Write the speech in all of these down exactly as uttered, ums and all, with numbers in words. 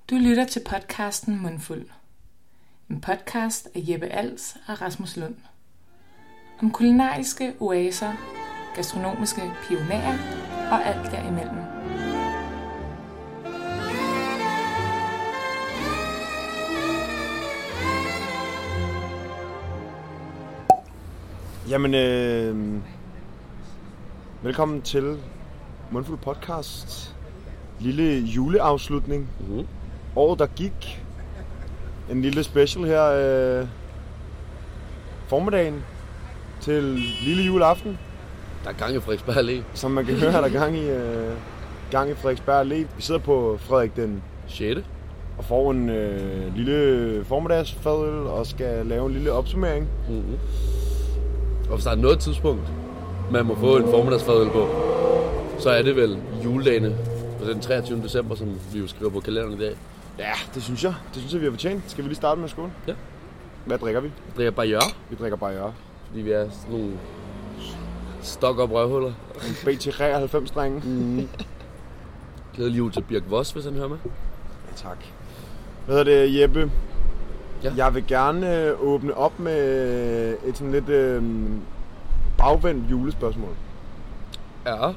Du lytter til podcasten Mundfuld. En podcast af Jeppe Als og Rasmus Lund. Om kulinariske oaser, gastronomiske pionerer og alt derimellem. Jamen, øh, velkommen til Mundfuld podcast. Lille juleafslutning. Mm-hmm. Året, der gik. En lille special her øh, formiddagen til lille juleaften. Der er gang i Frederiksberg Allé. Som man kan høre, der er gang i, øh, gang i Frederiksberg Allé. Vi sidder på Frederik den sjette og får en øh, lille formiddagsfadøl og skal lave en lille opsummering. Mm-hmm. Og hvis der er noget tidspunkt, man må få en formiddagsfadøl på, så er det vel juledagene. Og den treogtyvende december, som vi jo skriver på kalenderen i dag. Ja, det synes jeg. Det synes jeg, vi har fortjent. Skal vi lige starte med skål? Ja. Hvad drikker vi? Vi drikker Bayeux. Vi drikker Bayeux. Fordi vi er sådan nogle stok-op røvhuller. B T treoghalvfems-drenge. Mm. Glædelig jul til Birk Voss, hvis han hører med. Ja, tak. Hvad hedder det, Jeppe? Ja. Jeg vil gerne åbne op med et sådan lidt øh, bagvendt julespørgsmål. Ja.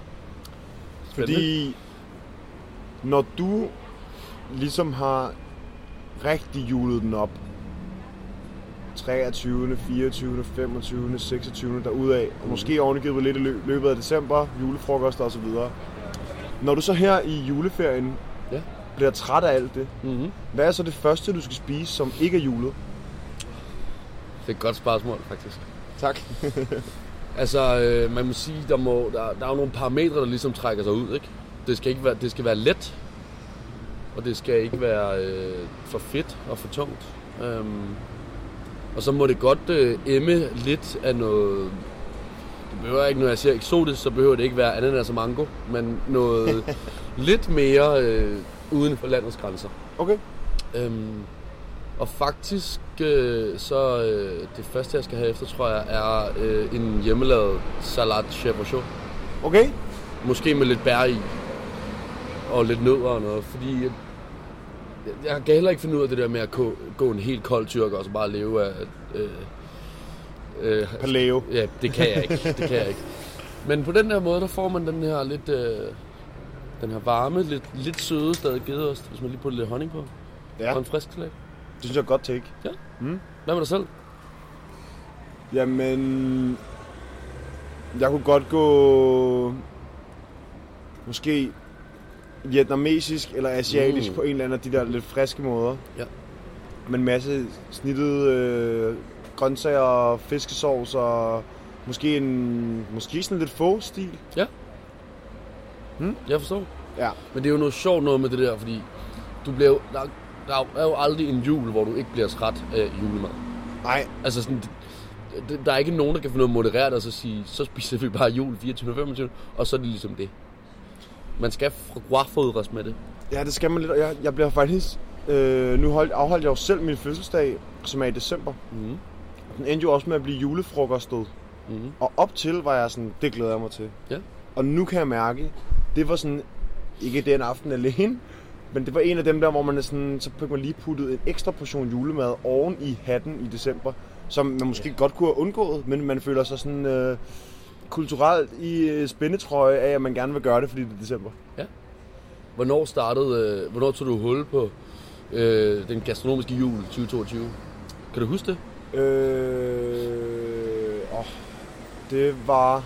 Fordi når du ligesom har rigtig julet den op, treogtyvende, fireogtyvende, femogtyvende, seksogtyvende derudad, og måske ovenikøbet lidt i løbet af december, julefrokoster og så videre. Når du så her i juleferien ja. bliver træt af alt det, mm-hmm. hvad er så det første, du skal spise, som ikke er julet? Det er et godt spørgsmål, faktisk. Tak. altså, øh, man må sige, der, må, der, der er jo nogle parametre, der ligesom trækker sig ud, ikke? Det skal, ikke være, det skal være let, og det skal ikke være øh, for fedt og for tungt. Øhm, og så må det godt øh, emme lidt af noget. Det behøver ikke, når jeg siger eksotisk, så behøver det ikke være ananas og mango, men noget lidt mere øh, uden for landets grænser. Okay. Øhm, og faktisk øh, så øh, det første jeg skal have efter, tror jeg, er øh, en hjemmelavet salat chef au chaud. Okay. Måske med lidt bær i og lidt nødder og noget, fordi jeg, jeg kan heller ikke finde ud af det der med at gå, gå en helt kold tyrker og så bare leve af øh, øh, paleo. Ja, det kan jeg ikke. Det kan jeg ikke. Men på den her måde, der får man den her lidt øh, den her varme, lidt lidt søde stadig gedeost, hvis man lige putter lidt honning på. Ja. Og en frisk salat. Det synes jeg er godt take. Ja. Mm. Hvad med dig selv? Jamen, jeg kunne godt gå måske vietnamesisk eller asiatisk mm. på en eller anden af de der lidt friske måder. Ja. Med en masse snittede øh, grøntsager, fiskesauce og måske en måske sådan lidt få-stil. Ja. Hmm? Jeg forstår. Ja. Men det er jo noget sjovt noget med det der, fordi du bliver jo, der, der er jo aldrig en jul, hvor du ikke bliver træt af julemad. Nej. Altså sådan, der er ikke nogen, der kan finde noget modereret og så sige, så spiser vi bare jul fireogtyvende og femogtyvende, og så er det ligesom det. Man skal fodres med det. Ja, det skal man lidt. Jeg, jeg bliver faktisk... Øh, nu holdt, afholdt jeg jo selv min fødselsdag, som er i december. Mm. Den endte jo også med at blive julefrokostet. Mm. Og op til var jeg sådan, det glæder jeg mig til. Ja. Og nu kan jeg mærke, det var sådan, ikke den aften alene, men det var en af dem der, hvor man er sådan, så fik man lige puttet en ekstra portion julemad oven i hatten i december, som man måske ja. godt kunne have undgået, men man føler sig sådan... Øh, kulturelt i spændetrøje af, at man gerne vil gøre det, fordi det er december. Ja. Hvornår startede, øh, hvornår tog du hul på øh, den gastronomiske jul tyve toogtyve? Kan du huske det? Øh, åh, det var...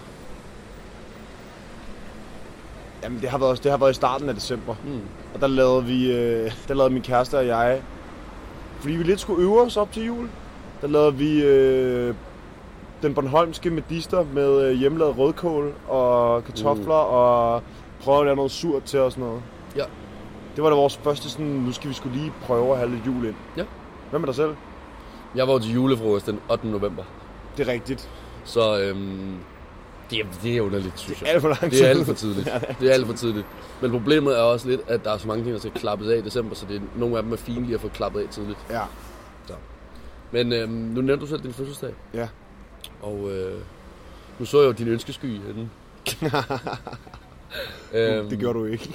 Jamen, det har været, det har været i starten af december. Mm. Og der lavede vi, øh, der lavede min kæreste og jeg, fordi vi lidt skulle øve os op til jul, der lavede vi... Øh, den bornholmske medister med hjemmelavet rødkål og kartofler mm. og prøve at lave noget surt til og sådan noget. Ja. Det var da vores første sådan, nu skal vi skulle lige prøve at have lidt jul ind. Ja. Hvad med dig selv? Jeg var til julefrokost den ottende november. Det er rigtigt. Så øhm, det, er, det er underligt, synes jeg. Det er alt for lang tid. Det er alt for tidligt. Det er alt for tidligt. Men problemet er også lidt, at der er så mange ting, der skal klappes af i december, så det er, nogle af dem er fine lige at få klappet af tidligt. Ja. Så. Men øhm, nu nævnte du selv din fødselsdag. Ja. Og øh, nu så jeg jo din ønskesky inden. øhm, det gjorde du ikke.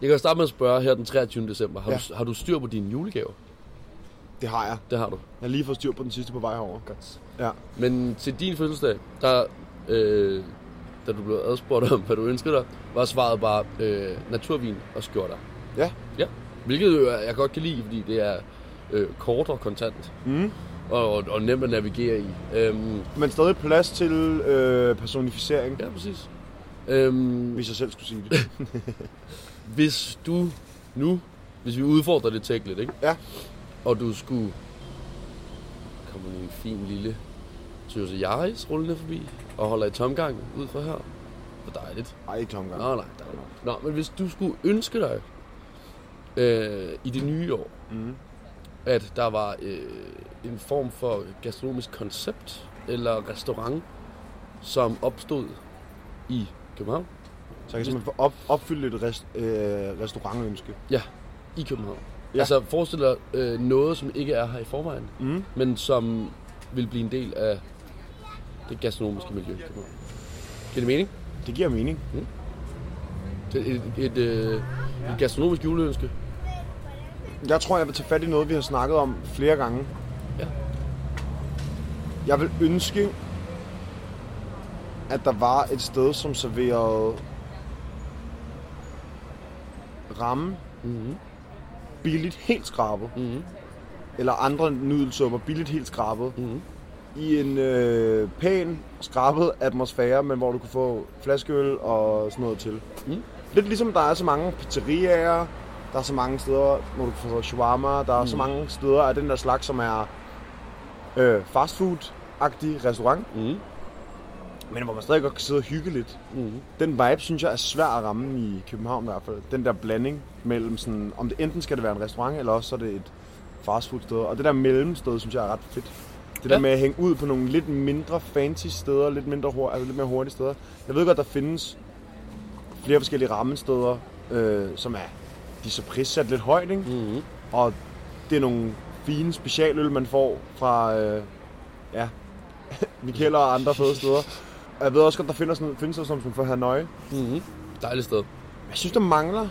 Jeg kan starte med at spørge her den treogtyvende december. Har, ja. du, har du styr på dine julegaver? Det har jeg. Det har du. Jeg har lige fået styr på den sidste på vej herover. Godt. Ja. Men til din fødselsdag, der, øh, da du blev adspurgt om, hvad du ønskede dig, var svaret bare øh, naturvin og skjorter. Ja. Ja. Hvilket jeg godt kan lide, fordi det er øh, kort og kontant. Mm. Og, og, og nemt at navigere i. Øhm, Men stadig plads til øh, personificering. Ja, præcis. Øhm, hvis jeg selv skulle sige det. Hvis du nu, hvis vi udfordrer det tæk lidt, ikke? Ja. Og du skulle komme en fin lille Toyota Yaris rullende forbi og holder i tomgang ud fra her. Det er dejligt. Nej, ikke tomgang. Nå, nej, der Nå, men hvis du skulle ønske dig øh, i det nye år, mm. at der var øh, en form for gastronomisk koncept eller restaurant, som opstod i København. Så jeg kan simpelthen få op, opfylde et rest, øh, restaurantønske. Ja, i København. Ja. Altså forestil dig øh, noget, som ikke er her i forvejen, mm. men som vil blive en del af det gastronomiske miljø i København. Giver det mening? Det giver mening. Mm. Det er et, et, et, øh, et gastronomisk juleønske. Jeg tror, jeg vil tage fat i noget, vi har snakket om flere gange. Ja. Jeg vil ønske, at der var et sted, som serverede ramme, mm-hmm. billigt helt skrabet, mm-hmm. eller andre nudelsupper billigt helt skrabet, mm-hmm. i en øh, pæn, skrabet atmosfære, men hvor du kunne få flaskeøl og sådan noget til. Mm. Lidt ligesom der er så mange pizzeriaer, der er så mange steder, hvor du kan få shawarma, der er mm. så mange steder af den der slags, som er øh, fastfood-agtig restaurant, mm. men hvor man stadig godt kan sidde og hygge lidt. Mm. Den vibe, synes jeg, er svær at ramme i København i hvert fald. Den der blanding mellem sådan, om det enten skal det være en restaurant, eller også så er det et fastfood-sted. Og det der mellemsted, synes jeg er ret fedt. Det ja. der med at hænge ud på nogle lidt mindre fancy steder, lidt, mindre hurtige, altså lidt mere hurtige steder. Jeg ved godt, der findes flere forskellige rammesteder, øh, som er, de er så prissat lidt højt, ikke? Mm-hmm. Og det er nogle fine specialøl, man får fra, øh, ja, Michael og andre fede steder. Og jeg ved også godt, der findes sådan, findes sådan som for Hanoi. Mm-hmm. Dejligt sted. Jeg synes, der mangler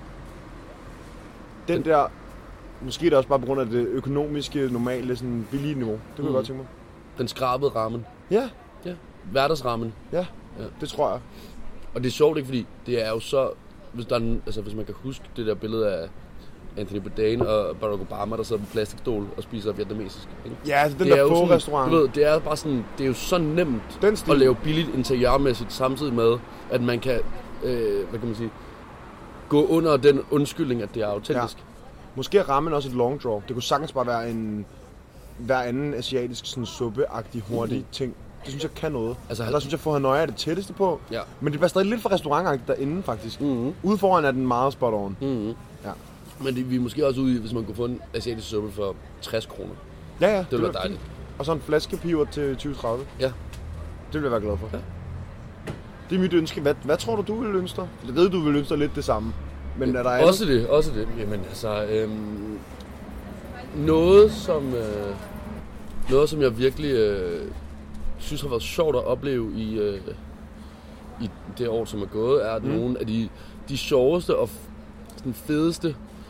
den der, måske er det også bare på grund af det økonomiske, normale, sådan billige niveau. Det kunne mm. jeg godt tænke mig. Den skrabede rammen. Ja. Ja. Hverdagsrammen. Ja, ja, det tror jeg. Og det er sjovt, ikke? Fordi det er jo så, hvis, der er en, altså, hvis man kan huske det der billede af Anthony Bourdain og Barack Obama, der sidder på plastikstol og spiser vietnamesisk. Ikke? Ja, altså den det der få restaurant. Du ved, det er bare sådan, det er jo så nemt at lave billigt interiørmæssigt, samtidig med, at man kan, øh, hvad kan man sige, gå under den undskyldning, at det er autentisk. Ja. Måske er rammen også et long draw. Det kunne sagtens bare være en hver anden asiatisk sådan suppe-agtig hurtig mm-hmm. ting. Det synes jeg kan noget. Altså, der synes jeg, for Hanoi er det tætteste på. Ja. Men det bliver stadig lidt for restaurantagtigt derinde, faktisk. Mm-hmm. Ude foran er den meget spot on. Mm-hmm. Ja. Men det, vi er måske også ude i, hvis man kunne få en asiatisk suppe for tres kroner. Ja, ja. Det ville være dejligt. Og så en flaske piver til tyve tredive. Ja. Det vil jeg være glad for. Ja. Det er mit ønske. Hvad, hvad tror du, du vil ønske dig? Jeg ved, du vil ønske dig lidt det samme. Men er der også andet? det, også det. Jamen altså, øhm, noget som, øh, noget som jeg virkelig øh, synes har været sjovt at opleve i, øh, i det år, som er gået, er, at mm. nogle af de, de sjoveste og den fedeste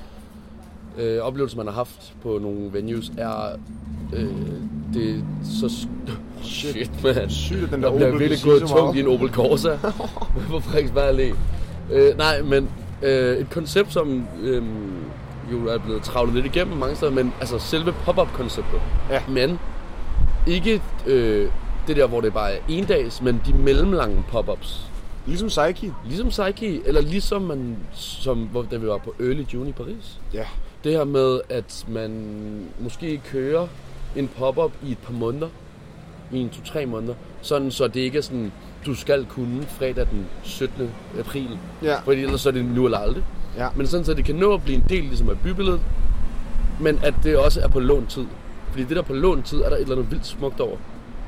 øh, oplevelser, man har haft på nogle venues, er øh, det så shit, shit man. Sygt, den der, der bliver virkelig gået tungt i en Opel Corsa på Frederiksberg Allé. Øh, nej, men øh, et koncept, som øh, jo er blevet travlet lidt igennem mange steder, men altså selve pop-up-konceptet. Ja. Men ikke øh, det der, hvor det bare er en dags, men de mellemlange pop-ups. Ligesom Psyche. Ligesom Psyche, eller ligesom man, som, hvor, da vi var på Early June i Paris. Ja. Det her med, at man måske kører en pop-up i et par måneder, i en to-tre måneder, sådan så det ikke er sådan, du skal kunne fredag den syttende april, ja. Fordi ellers så er det nu eller aldrig. Ja. Men sådan så det kan nå at blive en del ligesom af bybilledet, men at det også er på lånt tid. Fordi det der på lånt tid, er der et eller andet vildt smukt over.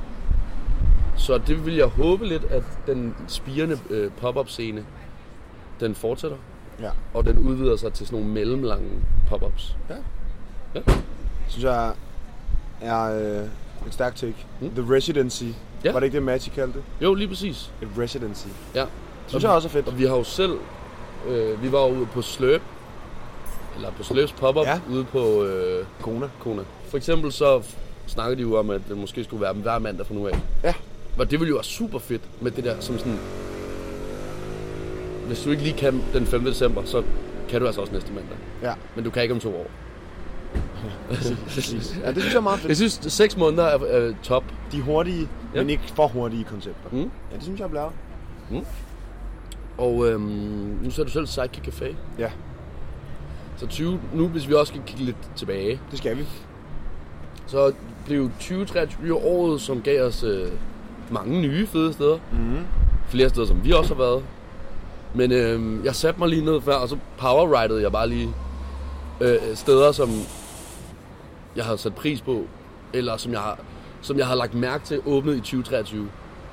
Så det vil jeg håbe lidt, at den spirende øh, pop-up scene, den fortsætter. Ja. Og den udvider sig til sådan nogle mellemlange pop-ups. Ja. Ja. Synes jeg er øh, et stærkt take. Mm. The Residency. Ja. Var det ikke det, Magic kaldte det? Jo, lige præcis. Et Residency. Ja. Synes jeg også er fedt. Og vi har jo selv Øh, vi var ude på Slurp, eller på Slurps pop-up, ja. Ude på øh, Kona. Kona. For eksempel så snakkede de jo om, at det måske skulle være hver mandag fra nu af. Ja. Og det ville jo være super fedt med det der, som sådan... Hvis du ikke lige kan den femte december, så kan du altså også næste mandag. Ja. Men du kan ikke om to år. Ja, præcis. Ja, det synes jeg er meget fedt. Jeg synes, at seks måneder er, er top. De hurtige, ja. Men ikke for hurtige koncepter. Mm. Ja, det synes jeg er blæret. Mm. Og øhm, nu ser du selv Sidekick Café. Ja. Så tyve, nu hvis vi også skal kigge lidt tilbage. Det skal vi. Så blev tyve treogtyve året, som gav os øh, mange nye fede steder. Mm. Flere steder, som vi også har været. Men øh, jeg satte mig lige ned før, og så powerridede jeg bare lige øh, steder, som jeg havde sat pris på, eller som jeg, som jeg havde lagt mærke til åbnet i tyve treogtyve.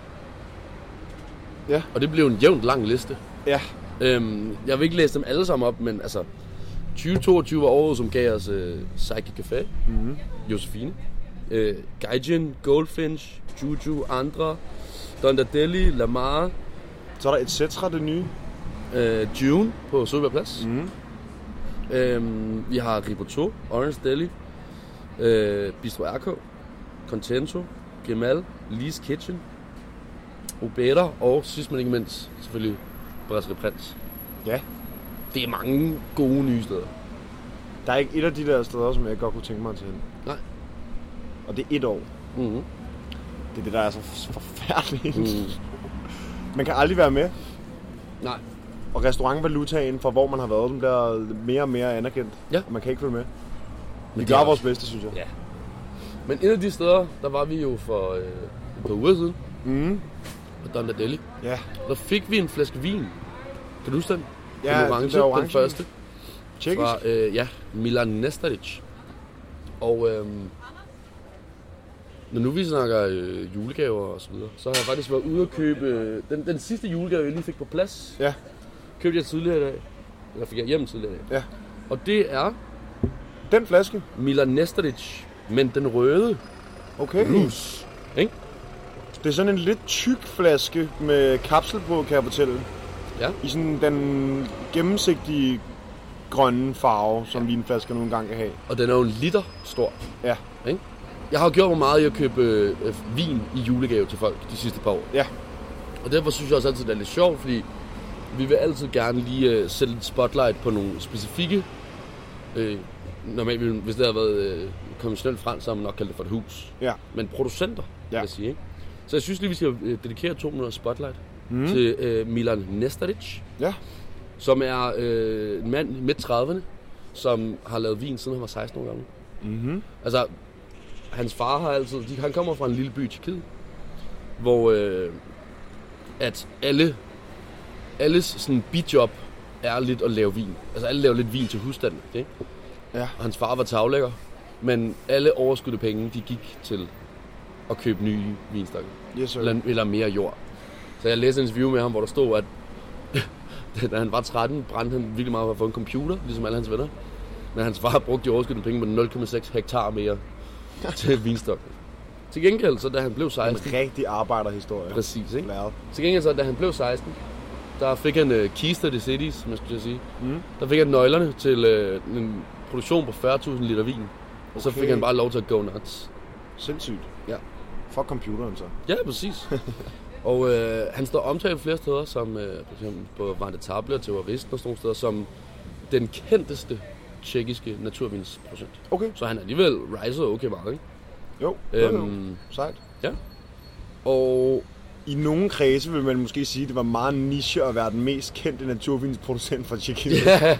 Ja. Og det blev en jævnt lang liste. Ja. Øhm, jeg vil ikke læse dem alle sammen op, men altså tyve toogtyve var året, som gav os øh, Sidekick Café, mm-hmm. Josefine, øh, Gaijin, Goldfinch, Juju, Andre, Dondadeli, Lamar. Så er der et Cetera, det nye. Øh, June på Søberg Plads. Mm. Øhm, vi har Riboto, Orange Deli, øh, Bistro R K, Contento, Gemal, Lee's Kitchen, Obeda og sidst men ikke mindst selvfølgelig Brasserie Prins. Ja. Det er mange gode nye steder. Der er ikke et af de der steder, som jeg godt kunne tænke mig til. Nej. Og det er et år. Mm-hmm. Det er det, der er så forfærdeligt. Mm. Man kan aldrig være med. Nej. Og restaurantvalutaen for hvor man har været, den bliver mere og mere anerkendt. Ja. Og man kan ikke følge med. Vi Men gør også vores bedste, synes jeg. Ja. Men en af de steder, der var vi jo for øh, et par uger siden. Mm. På Dondadeli. Ja. Der fik vi en flaske vin. Kan du huske den? Ja, den orange, den, orange. den første. Tjekkisk? Fra, øh, ja, Milan Nestaric. Og øh, når nu vi snakker øh, julegaver og så videre, så har jeg faktisk været ude og købe øh, den, den sidste julegave, jeg lige fik på plads. Ja. Købte jeg tidligere i dag. Eller fik jeg hjem tidligere i dag. Ja. Og det er den flaske? Milan Nestaric, men den røde. Okay. Rus. Ikke? Det er sådan en lidt tyk flaske med kapsel på, kan jeg fortælle. Ja. I sådan den gennemsigtige grønne farve, som ja. Vinflasker nogle gange kan have. Og den er jo en liter stor. Ja. Ikke? Jeg har gjort mig meget i at købe øh, vin i julegave til folk de sidste par år. Ja. Og derfor synes jeg også altid, det er lidt sjovt, fordi vi vil altid gerne lige øh, sætte et spotlight på nogle specifikke... Øh, normalt, hvis det havde været øh, konventionelt fransk, så har man nok kaldt det for et hus. Ja. Men producenter, ja. vil jeg sige. Ikke? Så jeg synes lige, vi skal øh, dedikere to minutter spotlight mm. til øh, Milan Nestaric. Ja. Som er øh, en mand midt trediverne, som har lavet vin, siden han var seksten år gammel. Mm-hmm. Altså, hans far har altid... De, han kommer fra en lille by i Tjekkiet, hvor øh, at alle... Alles sådan bijob er lidt at lave vin. Altså, alle laver lidt vin til husstanden, ikke? Ja. Og hans far var taglægger, men alle overskudte penge, de gik til at købe nye vinstokke. Yes, eller, eller mere jord. Så jeg læste en interview med ham, hvor der stod, at da han var tretten, brændte han virkelig meget for at få en computer, ligesom alle hans venner. Men hans far brugte de overskydende penge på nul komma seks hektar mere til vinstokken. Til gengæld, så da han blev seksten... En rigtig arbejderhistorie. Præcis, ikke? Læret. Til gengæld, så da han blev seksten, der fik han uh, keys to the cities, som jeg skulle sige. Mm. Der fik han nøglerne til uh, en produktion på fyrre tusind liter vin. Og okay. Så fik han bare lov til at go nuts. Sindssygt. Ja. Fuck computeren så. Ja, præcis. Og øh, han står omtalt flere steder, som øh, for eksempel på Vente Table og Terroristen og sådan nogle steder, som den kendteste tjekkiske naturvinsprocent. Okay. Så han er alligevel riser okay meget, ikke? Jo, øhm, jo, jo. Sejt. Ja. Og i nogle kredse vil man måske sige, at det var meget niche at være den mest kendte naturvinsproducent fra Tjekkiet.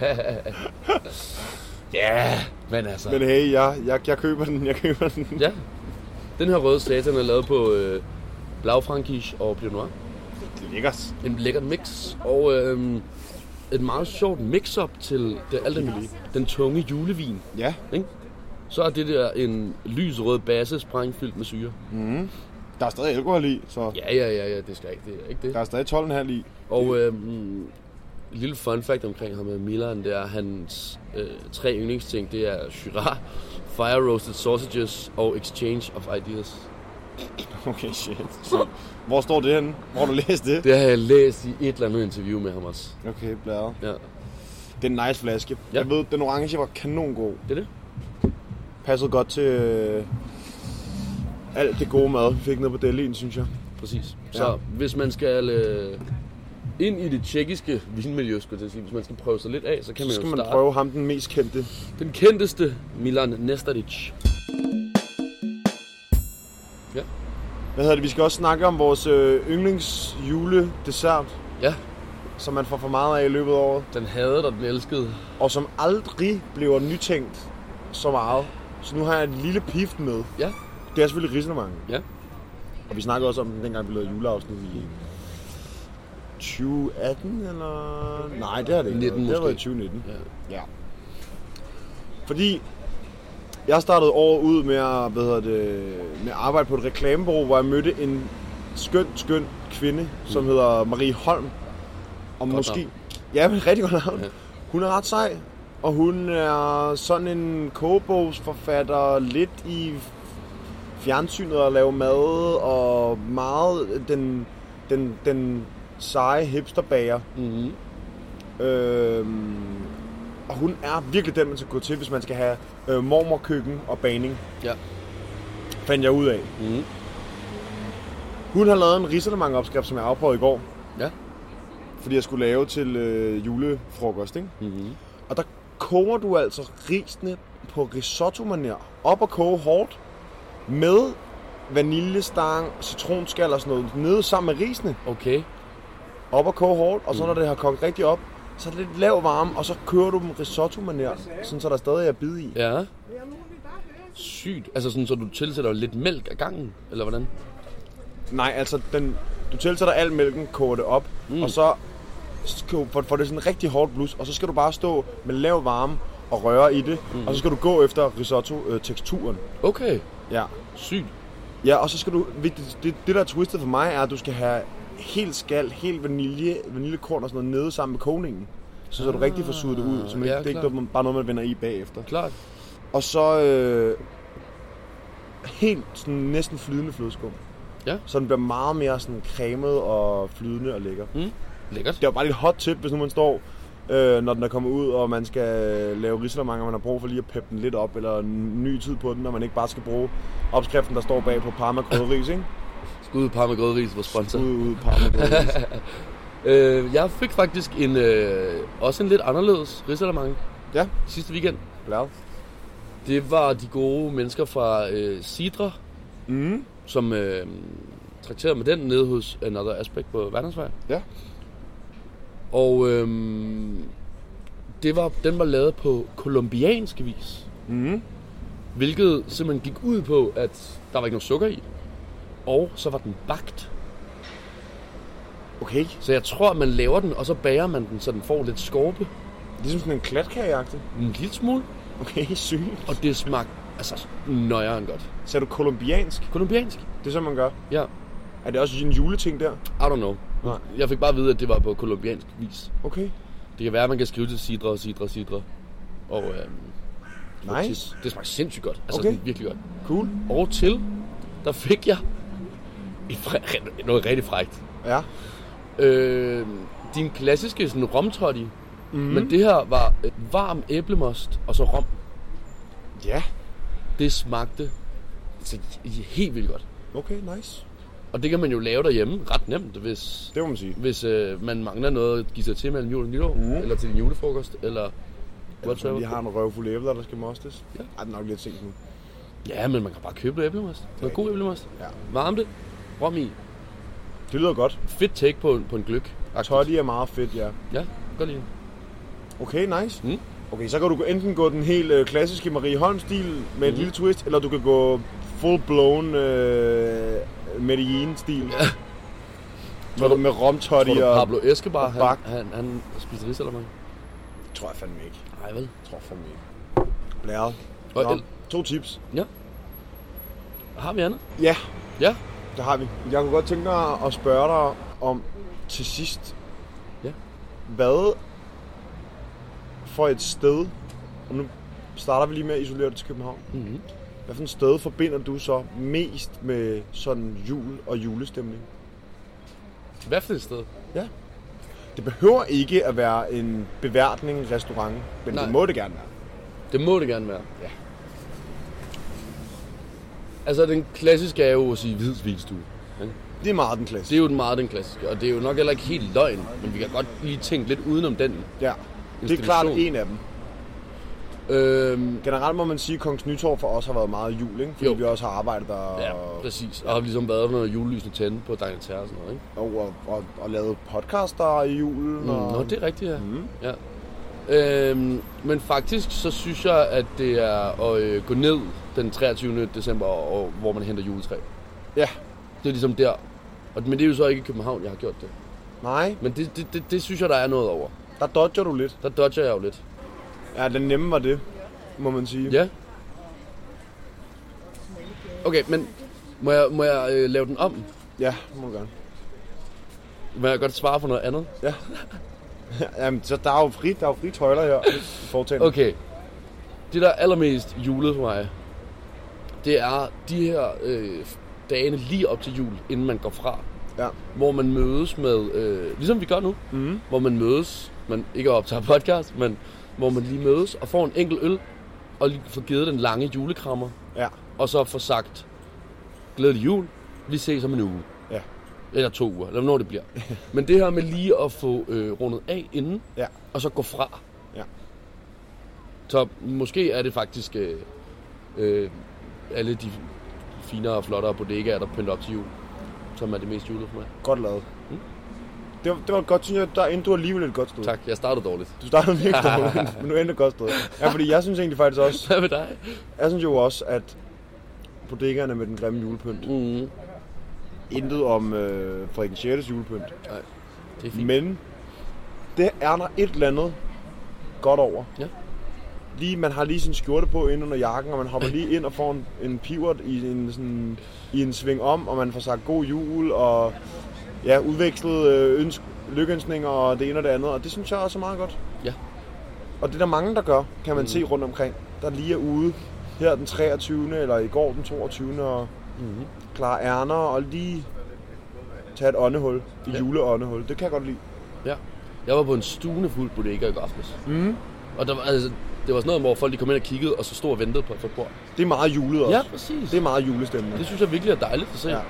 Ja, men altså... Men hey, jeg, jeg, jeg køber den, jeg køber den. Ja. Den her røde satan er lavet på øh, Blaufränkisch og Pinot Noir. Det er lækkert. En lækkert mix. Og øh, et meget sjovt mix-up til det alt det den tunge julevin. Ja. Ikke? Så er det der en lysrød base sprængfyldt med syre. Mm. Der er stadig alkohol i, så... Ja, ja, ja, ja, det skal ikke, det er ikke det. Der er stadig tolv komma fem i. Og øh, en lille fun fact omkring ham med Milan, det er hans øh, tre yndlingsting, det er Shiraz, Fire Roasted Sausages og Exchange of Ideas. Okay, shit. Så, hvor står det henne? Hvor har du læst det? Det har jeg læst i et eller andet interview med ham også. Okay, blæret. Ja. Det er en nice flaske. Ja. Jeg ved, den orange var kanongod. Det er det. Passede godt til øh, alt det gode mad, vi fik ned på Delien, synes jeg. Præcis. Så ja. Hvis man skal øh, ind i det tjekkiske vinmiljø, skulle jeg sige, hvis man skal prøve sig lidt af, så kan så man skal jo man starte. prøve ham, den mest kendte. Den kendteste, Milan Nestaric. Ja. Hvad hedder det? Vi skal også snakke om vores øh, yndlings juledessert. Ja. Som man får for meget af i løbet af året. Den havde og den elskede. Og som aldrig bliver nytænkt så meget. Så nu har jeg et lille pift med. Ja. Det er selvfølgelig risalemang. Ja. Og vi snakkede også om den, dengang vi lavede juleafsnit i tyve atten, eller... Nej, det er det ikke. nitten det måske. var i tyve nitten. Ja. Ja. Fordi jeg startede året ud med at, hvad hedder det, med at arbejde på et reklamebureau, hvor jeg mødte en skøn, skøn kvinde, mm. som hedder Marie Holm. Og godt måske... Navn. Ja, men rigtig godt navn. Ja. Hun er ret sej, og hun er sådan en kogebogsforfatter, lidt i fjernsynet og lave mad, og meget den, den, den seje hipsterbager. Mm-hmm. Øhm, og hun er virkelig den, man skal gå til, hvis man skal have øh, mormorkøkken og bagning. Ja. Fandt jeg ud af. Mm-hmm. Hun har lavet en risalemang-opskrift, som jeg afprøvede i går. Ja. Fordi jeg skulle lave til øh, julefrokost, ikke? Mm-hmm. Og der koger du altså risene på risotto-manér. Op og koge hårdt. Med vaniljestang, citronskal og sådan noget. Nede sammen med risene. Okay. Op og koge hårdt. Og så når det har kogt rigtig op, så er det lidt lav varme. Og så kører du dem risotto-manér. Sådan så der stadig er bid i. Ja. Sygt. Altså sådan, så du tilsætter lidt mælk af gangen, eller hvordan? Nej, altså den, du tilsætter al mælken, koger det op. Mm. Og så får det sådan en rigtig hårdt blus. Og så skal du bare stå med lav varme og røre i det. Mm. Og så skal du gå efter risotto-teksturen. Okay. Ja. Sygt. Ja, og så skal du... Det, det, det der er twistet for mig, er, at du skal have helt skal, helt vanilje, vaniljekorn og sådan noget nede sammen med kogningen. Så, så du rigtig får suget det ud. Så man, ja, det er ikke bare noget, man vender i bagefter. Klart. Og så øh, helt sådan næsten flydende flødeskum. Ja. Så den bliver meget mere sådan cremet og flydende og lækker. Mm. Lækkert. Det er jo bare lidt hot tip, hvis nu man står, øh, når den er kommet ud, og man skal lave risalemang, og man har brug for lige at peppe den lidt op, eller en ny tid på den, når man ikke bare skal bruge opskriften, der står bag på Parma krydderris, ikke? Skud ud Parma krydderris, vores sponsor. Skud ud Parma krydderris. øh, jeg fik faktisk en, øh, også en lidt anderledes risalemang. Ja. Sidste weekend. Glad. Det var de gode mennesker fra øh, Sidra, mm. som øh, trakterede med den nede hos Another Aspect på Verdensvej. Ja. Og øh, det var, den var lavet på kolumbiansk vis. Mm. Hvilket simpelthen gik ud på, at der var ikke noget sukker i. Og så var den bagt. Okay. Så jeg tror, at man laver den, og så bager man den, så den får lidt skorpe. Ligesom sådan en klatkageagtig. En lille smule. Okay, sygt. Og det smagte altså nøjeren godt. Så er du kolumbiansk? Kolumbiansk. Det er sådan, man gør? Ja. Er det også en juleting der? I don't know. Nej. Jeg fik bare at vide, at det var på kolumbiansk vis. Okay. Det kan være, at man kan skrive til Sidra og Sidra og Sidra. Og øhm, nice. Det smagte sindssygt godt. Altså okay. det er virkelig godt. Cool. Og til, der fik jeg et fræ- noget rigtig frækt. Ja. Øh, din klassiske sådan romtoddy. Mm-hmm. Men det her var varm æblemost og så rom. Ja. Det smagte altså, helt vildt godt. Okay, nice. Og det kan man jo lave derhjemme ret nemt, hvis, det må man sige. hvis øh, man mangler noget at give sig til mellem jul og nytår. Mm. Eller til en julefrokost. Eller whatsoever. Eller har en røvfuld æbler, der skal mostes. Ja. Ej, det er nok lidt sent nu. Ja, men man kan bare købe noget æblemost. Noget god æblemost. Ja. Varme det. Rom i. Det lyder godt. Fedt take på, på en gløk. Toddy er meget fedt, ja. Ja, godt lige. Okay, nice. Mm. Okay, så kan du enten gå den helt øh, klassiske Marie Holm-stil med et mm. lille twist, eller du kan gå full-blown øh, Medellin-stil. Ja. Med, du, med rom-toddy og Pablo Escobar, og han, han, han spiser risalemang? Tror jeg fandme ikke. Nej, vel? Tror jeg fandme ikke. Blæret. Nå, el- to tips. Ja. Har vi andet? Ja. Ja. Det har vi. Jeg kunne godt tænke mig at spørge dig om til sidst. Ja. Hvad for et sted, og nu starter vi lige med at isolere det til København. Mm-hmm. hvad for et sted forbinder du så mest med sådan jul og julestemning? Hvad for et sted? Ja. Det behøver ikke at være en beværtning, restaurant, men Nej. det må det gerne være. Det må det gerne være. Ja. Altså, den klassiske er jo at sige hvidsvinstue. Ja? Det er meget den klassiske. Det er jo meget den klassiske, og det er jo nok heller ikke helt løgn, men vi kan godt lige tænke lidt udenom den. Ja, det er klart en af dem. Øhm, Generelt må man sige, at Kongens Nytorv for os har været meget jul, ikke? Fordi jo. vi også har arbejdet der. Ja, præcis. Og har ligesom været noget julelysende tænde på Dagnetær og sådan noget, ikke? Og, og, og, og lavet podcaster i julen. Mm, og... Nå, det er rigtigt, ja. Mm. ja. Øhm, men faktisk så synes jeg, at det er at øh, gå ned den treogtyvende december, og, hvor man henter juletræ. Ja. Det er ligesom der. Og, men det er jo så ikke i København, jeg har gjort det. Nej. Men det, det, det, det synes jeg, der er noget over. Der dodger du lidt. Der dodger jeg jo lidt. Ja, den nemme var det, må man sige. Ja. Okay, men må jeg, må jeg øh, lave den om? Ja, det må du gerne. Må jeg godt svare for noget andet? Ja. Jamen, så der er jo fri, der er jo fri tøjler her i fortænden. Okay. Det, der er allermest julet for mig, det er de her øh, dagene lige op til jul, inden man går fra. Ja. Hvor man mødes med, øh, ligesom vi gør nu, mm. hvor man mødes, man ikke optager podcast, men hvor man lige mødes og får en enkelt øl, og lige får givet den lange julekrammer. Ja. Og så får sagt, glædelig jul, vi ses om en uge. Ja. Eller to uger, eller hvornår det bliver. Men det her med lige at få øh, rundet af inden, ja. og så gå fra. Ja. Så måske er det faktisk øh, øh, alle de finere og flottere bodegaer, der pynter op til jul, som er det mest julede for mig. Godt lavet. Mm. Det, var, det var godt, synes jeg, der endte du alligevel et godt sted. Tak, jeg startede dårligt. Du startede virkelig dårligt, men nu endte et godt sted. Ja, fordi jeg synes egentlig faktisk også... Hvad med dig? Jeg synes jo også, at bodegaerne med den grimme julepynt, mm. intet om øh, Frederik sjette julepynt. Nej, det er fint. Men det er der et eller andet godt over. Ja. Lige, man har lige sin skjorte på ind under jakken, og man hopper lige ind og får en, en pivot i en, sådan, i en sving om, og man får sagt god jul, og ja, udvekslet øh, ønsk, lykkeønskninger og det ene og det andet, og det synes jeg også er meget godt. Ja. Og det er der mange, der gør, kan man mm. se rundt omkring, der lige er ude her den treogtyvende eller i går den toogtyvende og mm. klare ærner og lige tage et åndehul, et ja. juleåndehul. Det kan jeg godt lide. Ja. Jeg var på en stunefuld bodega i går aftes. Mm. Og der var, altså, det var sådan noget, hvor folk de kom ind og kiggede, og så stod og ventede på at få bord. Det er meget julet også. Ja, præcis. Det er meget julestemning. Det synes jeg virkelig er dejligt at se. Ja.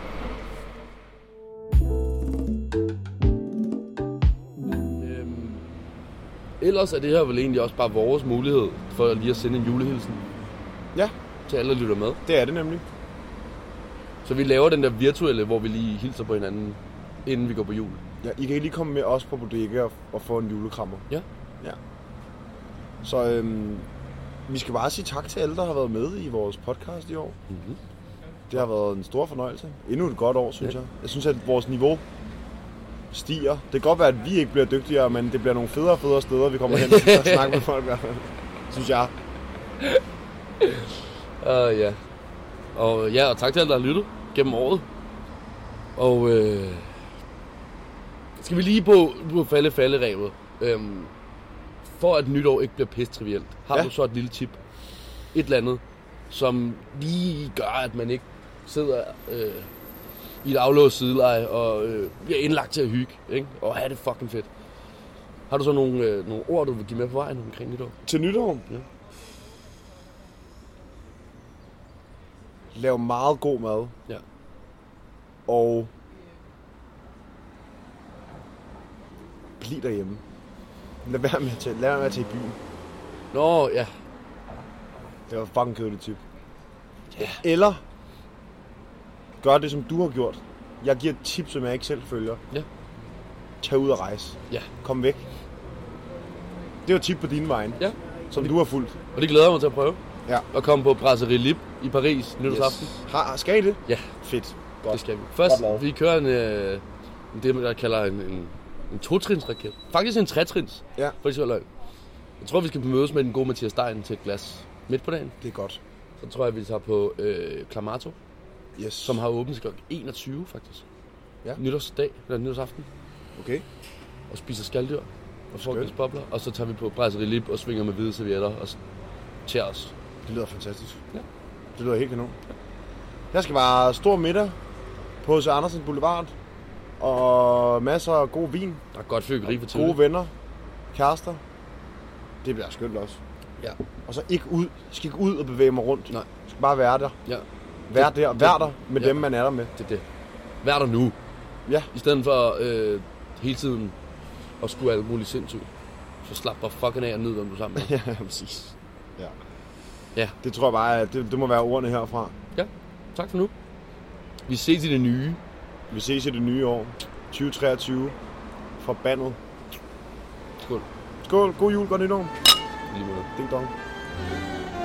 Øhm, ellers er det her vel egentlig også bare vores mulighed for lige at sende en julehilsen. Ja. Til alle, der lytter med. Det er det nemlig. Så vi laver den der virtuelle, hvor vi lige hilser på hinanden, inden vi går på jul. Ja, I kan lige komme med os på bodega og, og få en julekrammer. Ja. Ja. Så øhm, vi skal bare sige tak til alle, der har været med i vores podcast i år. Mm-hmm. Det har været en stor fornøjelse. Endnu et godt år, synes ja. jeg. Jeg synes, at vores niveau stiger. Det kan godt være, at vi ikke bliver dygtigere, men det bliver nogle federe og federe steder, vi kommer hen til at snakke med folk i hvert fald. Synes jeg. Uh, ja. Og ja, og tak til alle, der har lyttet gennem året. Og øh, skal vi lige på, på falde falderevet. Øhm, for at nytår ikke bliver pisse trivielt, har ja. du så et lille tip. Et eller andet, som lige gør, at man ikke sidder øh, i et aflåst sideleje og øh, bliver indlagt til at hygge, ikke? Og have det fucking fedt. Har du så nogle, øh, nogle ord, du vil give med på vejen omkring nytår? Til nytår? Ja. Lav meget god mad. Ja. Og bliv derhjemme. Lad være med at tage, lad være med at tage i byen. Nå, ja. Det var et fucking kedeligt tip. Ja. Eller gør det, som du har gjort. Jeg giver et tip, som jeg ikke selv følger. Ja. Tag ud og rejse. Ja. Kom væk. Det var et tip på din vejen. Ja. Som det, du har fulgt. Og det glæder jeg mig til at prøve. Ja. Og komme på Brasserie Lip i Paris nytårsaften. Yes. Har, skal I det? Ja. Fedt. Godt. Det skal vi. Først, vi kører en, øh, det, der kalder en, en, en to-trins-raket. Faktisk en tre-trins. Ja. For det løgn. Jeg tror, vi skal mødes med den gode Mathias Stein til et glas midt på dagen. Det er godt. Så tror jeg, vi tager på øh, Clamato. Yes. Som har åbent til klokken enogtyve, faktisk. Ja. Nytårsdag, eller nytårsaften. Okay. Og spiser skalddyr. Og får et bobler. Og så tager vi på Brasserie Lip og svinger med hvide servietter og tager os. Det lyder fantastisk. Ja. Det lyder helt kanon. Jeg skal bare stor middag på H C Andersen Boulevard. Og masser af god vin. Der er godt fyrkeri for tiden. Gode venner. Kærester. Det bliver skønt også. Ja. Og så ikke ud. Jeg skal ikke ud og bevæge mig rundt. Nej. Jeg skal bare være der. Ja. Vær der. Vær der med ja. dem, man er der med. Det er det. Vær der nu. Ja. I stedet for øh, hele tiden at skulle alt muligt sindssygt. Så slap bare fucking af og nyd, hvem du er sammen med. Ja, præcis. Ja. Ja. Det tror jeg bare, at det, det må være ordene herfra. Ja. Tak for nu. Vi ses i det nye. Vi ses i det nye år. tyve treogtyve. Forbandet. Skål. Skål. God jul. Godt nytår. Lige måde. Ding dong.